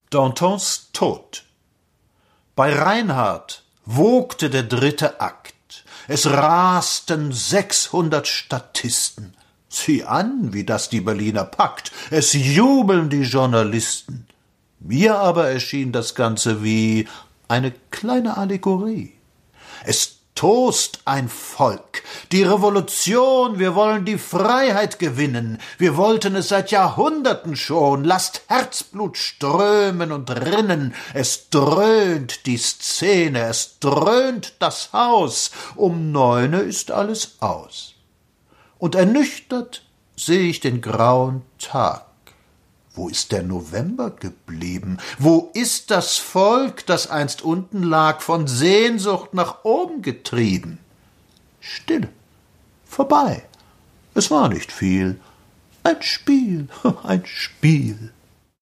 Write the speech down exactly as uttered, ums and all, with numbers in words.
Dantons Tod. Bei Reinhard wogte der dritte Akt. Es rasten sechshundert Statisten. Sieh an, wie das die Berliner packt. Es jubeln die Journalisten. Mir aber erschien das Ganze wie eine kleine Allegorie. Es tost ein Volk, die Revolution, wir wollen die Freiheit gewinnen, wir wollten es seit Jahrhunderten schon, lasst Herzblut strömen und rinnen, es dröhnt die Szene, es dröhnt das Haus, um neune ist alles aus. Und ernüchtert seh ich den grauen Tag. Wo ist der November geblieben? Wo ist das Volk, das einst unten lag, von Sehnsucht nach oben getrieben? Stille, vorbei, es war nicht viel, ein Spiel, ein Spiel.